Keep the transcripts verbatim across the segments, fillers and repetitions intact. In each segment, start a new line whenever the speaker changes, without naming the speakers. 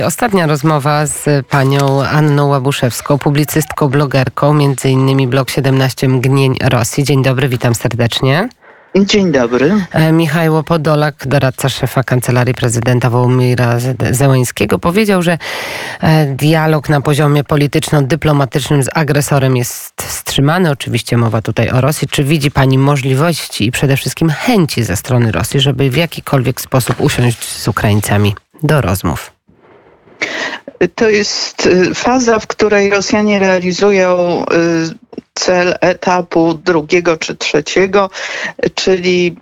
Ostatnia rozmowa z panią Anną Łabuszewską, publicystką, blogerką, między innymi blog siedemnaście mgnień Rosji. Dzień dobry, witam serdecznie.
Dzień dobry.
Michał Podolak, doradca szefa Kancelarii Prezydenta Wołodymyra Zełenskiego, powiedział, że dialog na poziomie polityczno-dyplomatycznym z agresorem jest wstrzymany. Oczywiście mowa tutaj o Rosji. Czy widzi pani możliwości i przede wszystkim chęci ze strony Rosji, żeby w jakikolwiek sposób usiąść z Ukraińcami do rozmów?
To jest faza, w której Rosjanie realizują cel etapu drugiego czy trzeciego, czyli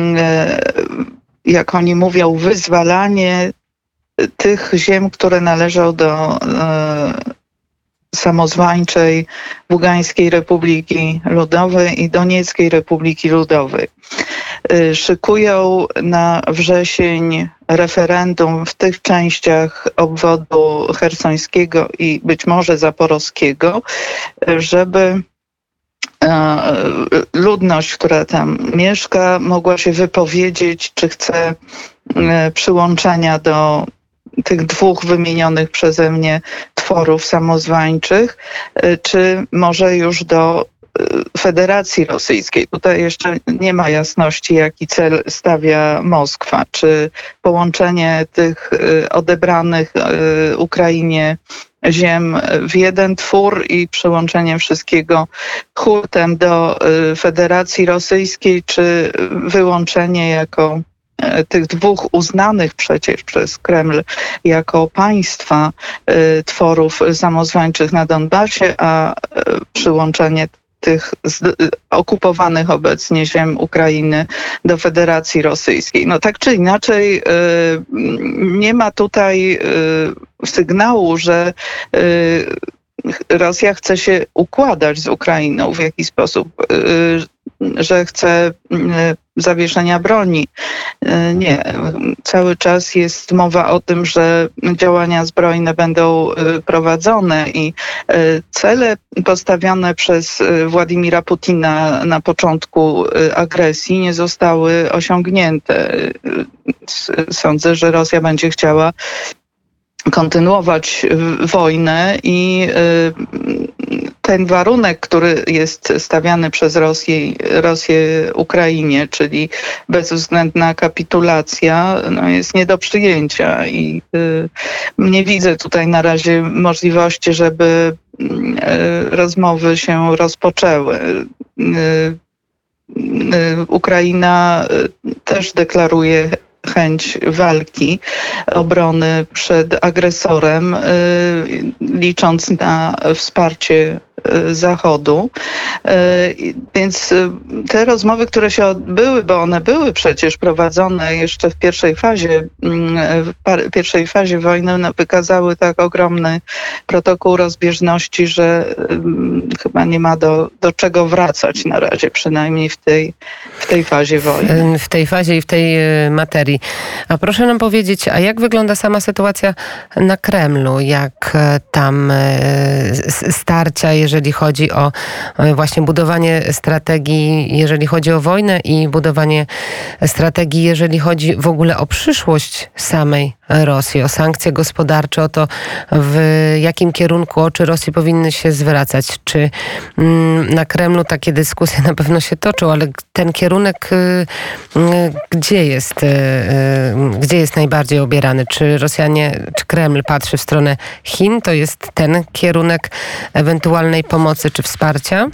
jak oni mówią, wyzwalanie tych ziem, które należą do samozwańczej Ługańskiej Republiki Ludowej i Donieckiej Republiki Ludowej. Szykują na wrzesień referendum w tych częściach obwodu chersońskiego i być może zaporowskiego, żeby ludność, która tam mieszka, mogła się wypowiedzieć, czy chce przyłączenia do tych dwóch wymienionych przeze mnie tworów samozwańczych, czy może już do Federacji Rosyjskiej. Tutaj jeszcze nie ma jasności, jaki cel stawia Moskwa. Czy połączenie tych odebranych Ukrainie ziem w jeden twór i przyłączenie wszystkiego hurtem do Federacji Rosyjskiej, czy wyłączenie jako tych dwóch uznanych przecież przez Kreml jako państwa tworów samozwańczych na Donbasie, a przyłączenie tych okupowanych obecnie ziem Ukrainy do Federacji Rosyjskiej. No tak czy inaczej nie ma tutaj sygnału, że Rosja chce się układać z Ukrainą w jakiś sposób, że chce zawieszenia broni. Nie. Cały czas jest mowa o tym, że działania zbrojne będą prowadzone i cele postawione przez Władimira Putina na początku agresji nie zostały osiągnięte. Sądzę, że Rosja będzie chciała kontynuować wojnę i ten warunek, który jest stawiany przez Rosję, Rosję Ukrainie, czyli bezwzględna kapitulacja, no jest nie do przyjęcia i nie widzę tutaj na razie możliwości, żeby rozmowy się rozpoczęły. Ukraina też deklaruje chęć walki, obrony przed agresorem, licząc na wsparcie Zachodu. Więc te rozmowy, które się odbyły, bo one były przecież prowadzone jeszcze w pierwszej fazie, w pierwszej fazie wojny, no, wykazały tak ogromny protokół rozbieżności, że chyba nie ma do, do czego wracać na razie, przynajmniej w tej, w tej fazie wojny.
W tej fazie i w tej materii. A proszę nam powiedzieć, a jak wygląda sama sytuacja na Kremlu? Jak tam starcia, jeżeli chodzi o właśnie budowanie strategii, jeżeli chodzi o wojnę i budowanie strategii, jeżeli chodzi w ogóle o przyszłość samej Rosji, o sankcje gospodarcze, o to, w jakim kierunku oczy Rosji powinny się zwracać. Czy na Kremlu takie dyskusje na pewno się toczą, ale ten kierunek gdzie jest, gdzie jest najbardziej obierany? Czy Rosjanie, czy Kreml patrzy w stronę Chin? To jest ten kierunek ewentualnej pomocy czy wsparcia?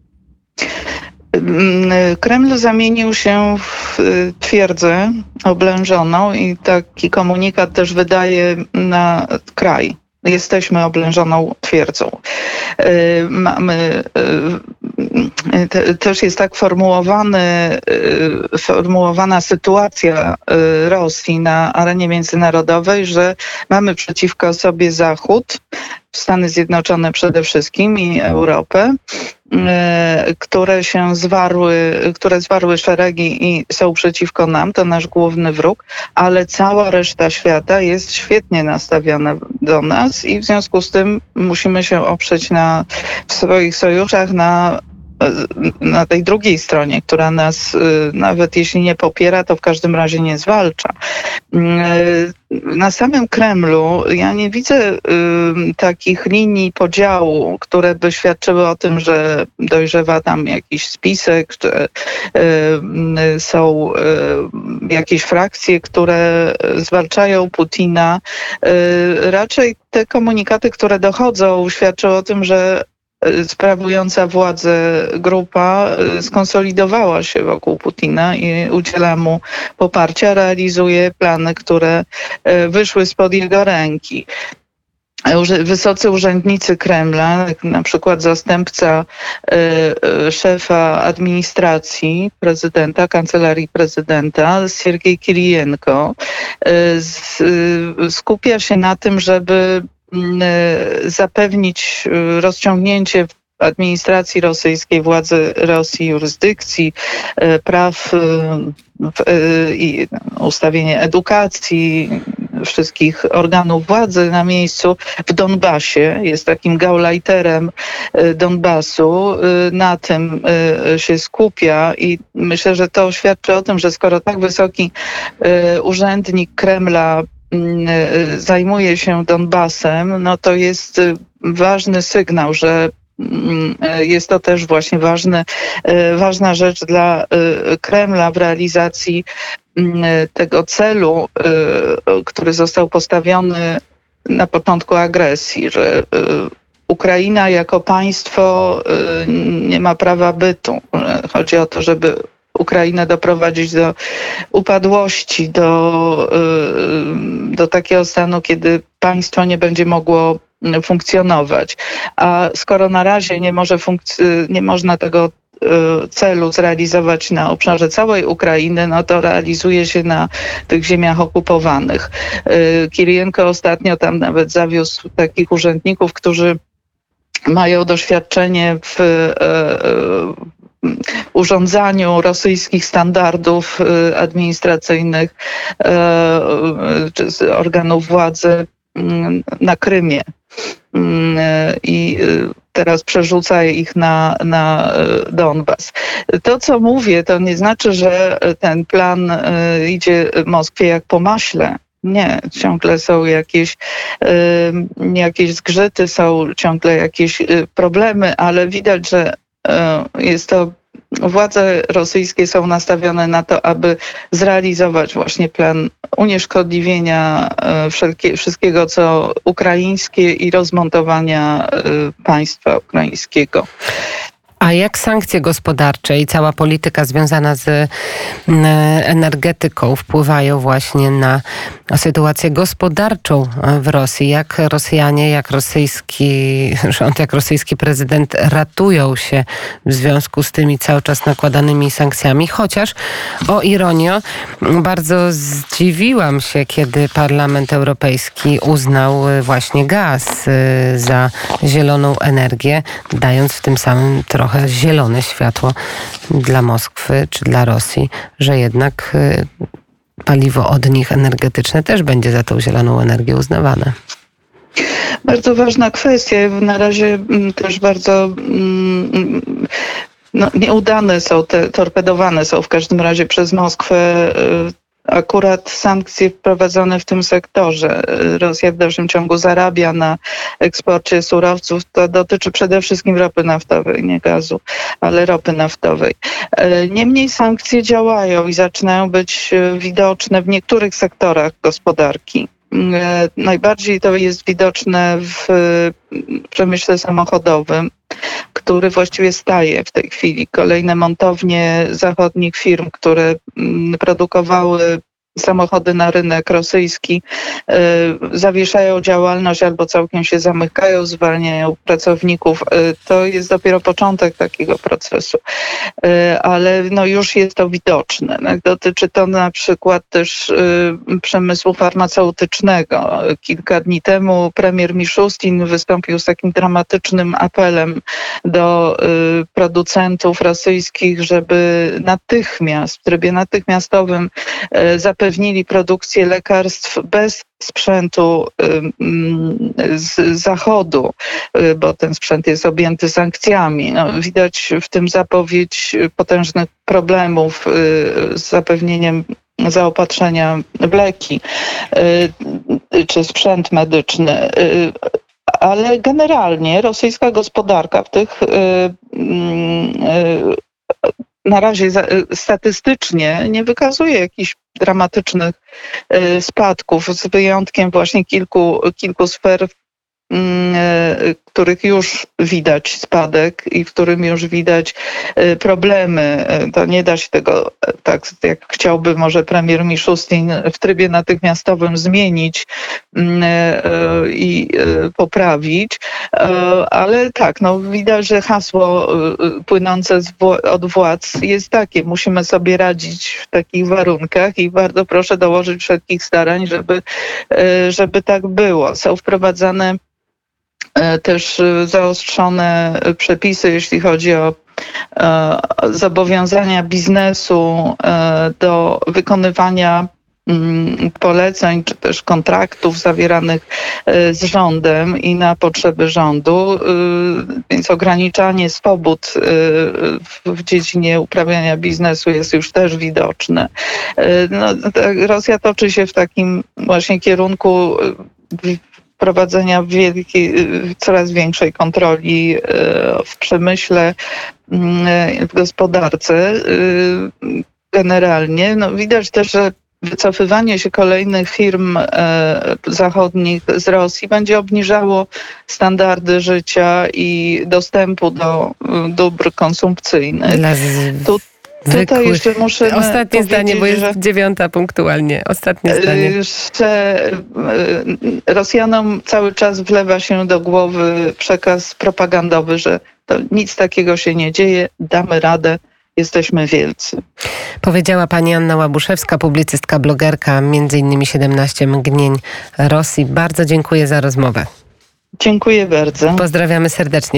Kreml zamienił się w twierdzę oblężoną i taki komunikat też wydaje na kraj. Jesteśmy oblężoną twierdzą. Mamy, też jest tak formułowany, formułowana sytuacja Rosji na arenie międzynarodowej, że mamy przeciwko sobie Zachód, Stany Zjednoczone przede wszystkim i Europę, które się zwarły, które zwarły szeregi i są przeciwko nam, to nasz główny wróg, ale cała reszta świata jest świetnie nastawiona do nas i w związku z tym musimy się oprzeć na, w swoich sojuszach na na tej drugiej stronie, która nas nawet jeśli nie popiera, to w każdym razie nie zwalcza. Na samym Kremlu ja nie widzę y, takich linii podziału, które by świadczyły o tym, że dojrzewa tam jakiś spisek, że y, są y, jakieś frakcje, które zwalczają Putina. Y, raczej te komunikaty, które dochodzą, świadczą o tym, że sprawująca władzę grupa skonsolidowała się wokół Putina i udziela mu poparcia, realizuje plany, które wyszły spod jego ręki. Wysocy urzędnicy Kremla, na przykład zastępca szefa administracji prezydenta, kancelarii prezydenta, Siergiej Kirijenko, skupia się na tym, żeby zapewnić rozciągnięcie w administracji rosyjskiej, władzy Rosji, jurysdykcji, praw i ustawienie edukacji, wszystkich organów władzy na miejscu w Donbasie. Jest takim gauleiterem Donbasu. Na tym się skupia i myślę, że to świadczy o tym, że skoro tak wysoki urzędnik Kremla zajmuje się Donbasem, no to jest ważny sygnał, że jest to też właśnie ważny, ważna rzecz dla Kremla w realizacji tego celu, który został postawiony na początku agresji, że Ukraina jako państwo nie ma prawa bytu. Chodzi o to, żeby Ukrainę doprowadzić do upadłości, do, do takiego stanu, kiedy państwo nie będzie mogło funkcjonować. A skoro na razie nie, może funkc- nie można tego celu zrealizować na obszarze całej Ukrainy, no to realizuje się na tych ziemiach okupowanych. Kirijenko ostatnio tam nawet zawiózł takich urzędników, którzy mają doświadczenie w urządzaniu rosyjskich standardów administracyjnych czy z organów władzy na Krymie. I teraz przerzuca ich na, na Donbas. To, co mówię, to nie znaczy, że ten plan idzie Moskwie jak po maśle. Nie, ciągle są jakieś, jakieś zgrzyty, są ciągle jakieś problemy, ale widać, że jest to, władze rosyjskie są nastawione na to, aby zrealizować właśnie plan unieszkodliwienia wszelkie, wszystkiego, co ukraińskie i rozmontowania państwa ukraińskiego.
A jak sankcje gospodarcze i cała polityka związana z energetyką wpływają właśnie na sytuację gospodarczą w Rosji? Jak Rosjanie, jak rosyjski rząd, jak rosyjski prezydent ratują się w związku z tymi cały czas nakładanymi sankcjami? Chociaż, o ironio, bardzo zdziwiłam się, kiedy Parlament Europejski uznał właśnie gaz za zieloną energię, dając w tym samym trochę zielone światło dla Moskwy czy dla Rosji, że jednak paliwo od nich energetyczne też będzie za tą zieloną energię uznawane.
Bardzo ważna kwestia. Na razie też bardzo no, nieudane są te, torpedowane są w każdym razie przez Moskwę akurat sankcje wprowadzone w tym sektorze. Rosja w dalszym ciągu zarabia na eksporcie surowców. To dotyczy przede wszystkim ropy naftowej, nie gazu, ale ropy naftowej. Niemniej sankcje działają i zaczynają być widoczne w niektórych sektorach gospodarki. Najbardziej to jest widoczne w przemyśle samochodowym, który właściwie staje w tej chwili. Kolejne montownie zachodnich firm, które produkowały samochody na rynek rosyjski, zawieszają działalność albo całkiem się zamykają, zwalniają pracowników. To jest dopiero początek takiego procesu, ale no już jest to widoczne. Dotyczy to na przykład też przemysłu farmaceutycznego. Kilka dni temu premier Miszustin wystąpił z takim dramatycznym apelem do producentów rosyjskich, żeby natychmiast, w trybie natychmiastowym zapewnić zapewnili produkcję lekarstw bez sprzętu z Zachodu, bo ten sprzęt jest objęty sankcjami. No, widać w tym zapowiedź potężnych problemów z zapewnieniem zaopatrzenia w leki czy sprzęt medyczny. Ale generalnie rosyjska gospodarka w tych na razie statystycznie nie wykazuje jakichś dramatycznych spadków, z wyjątkiem właśnie kilku, kilku sfer, w których już widać spadek i w którym już widać problemy. To nie da się tego tak, jak chciałby może premier Miszustin w trybie natychmiastowym zmienić i poprawić, ale tak, no widać, że hasło płynące od władz jest takie: musimy sobie radzić w takich warunkach i bardzo proszę dołożyć wszelkich starań, żeby, żeby tak było. Są wprowadzane też zaostrzone przepisy, jeśli chodzi o zobowiązania biznesu do wykonywania poleceń czy też kontraktów zawieranych z rządem i na potrzeby rządu, więc ograniczanie swobód w dziedzinie uprawiania biznesu jest już też widoczne. No, Rosja toczy się w takim właśnie kierunku wprowadzenia wielkiej, coraz większej kontroli w przemyśle, w gospodarce generalnie. No, widać też, że wycofywanie się kolejnych firm zachodnich z Rosji będzie obniżało standardy życia i dostępu do dóbr konsumpcyjnych.
Dla z...
Tu, Tutaj jeszcze muszę
Ostatnie zdanie, bo jest dziewiąta punktualnie. Ostatnie zdanie.
Że Rosjanom cały czas wlewa się do głowy przekaz propagandowy, że to nic takiego się nie dzieje, damy radę, jesteśmy wielcy.
Powiedziała pani Anna Łabuszewska, publicystka, blogerka, między innymi siedemnaście mgnień Rosji. Bardzo dziękuję za rozmowę.
Dziękuję bardzo.
Pozdrawiamy serdecznie.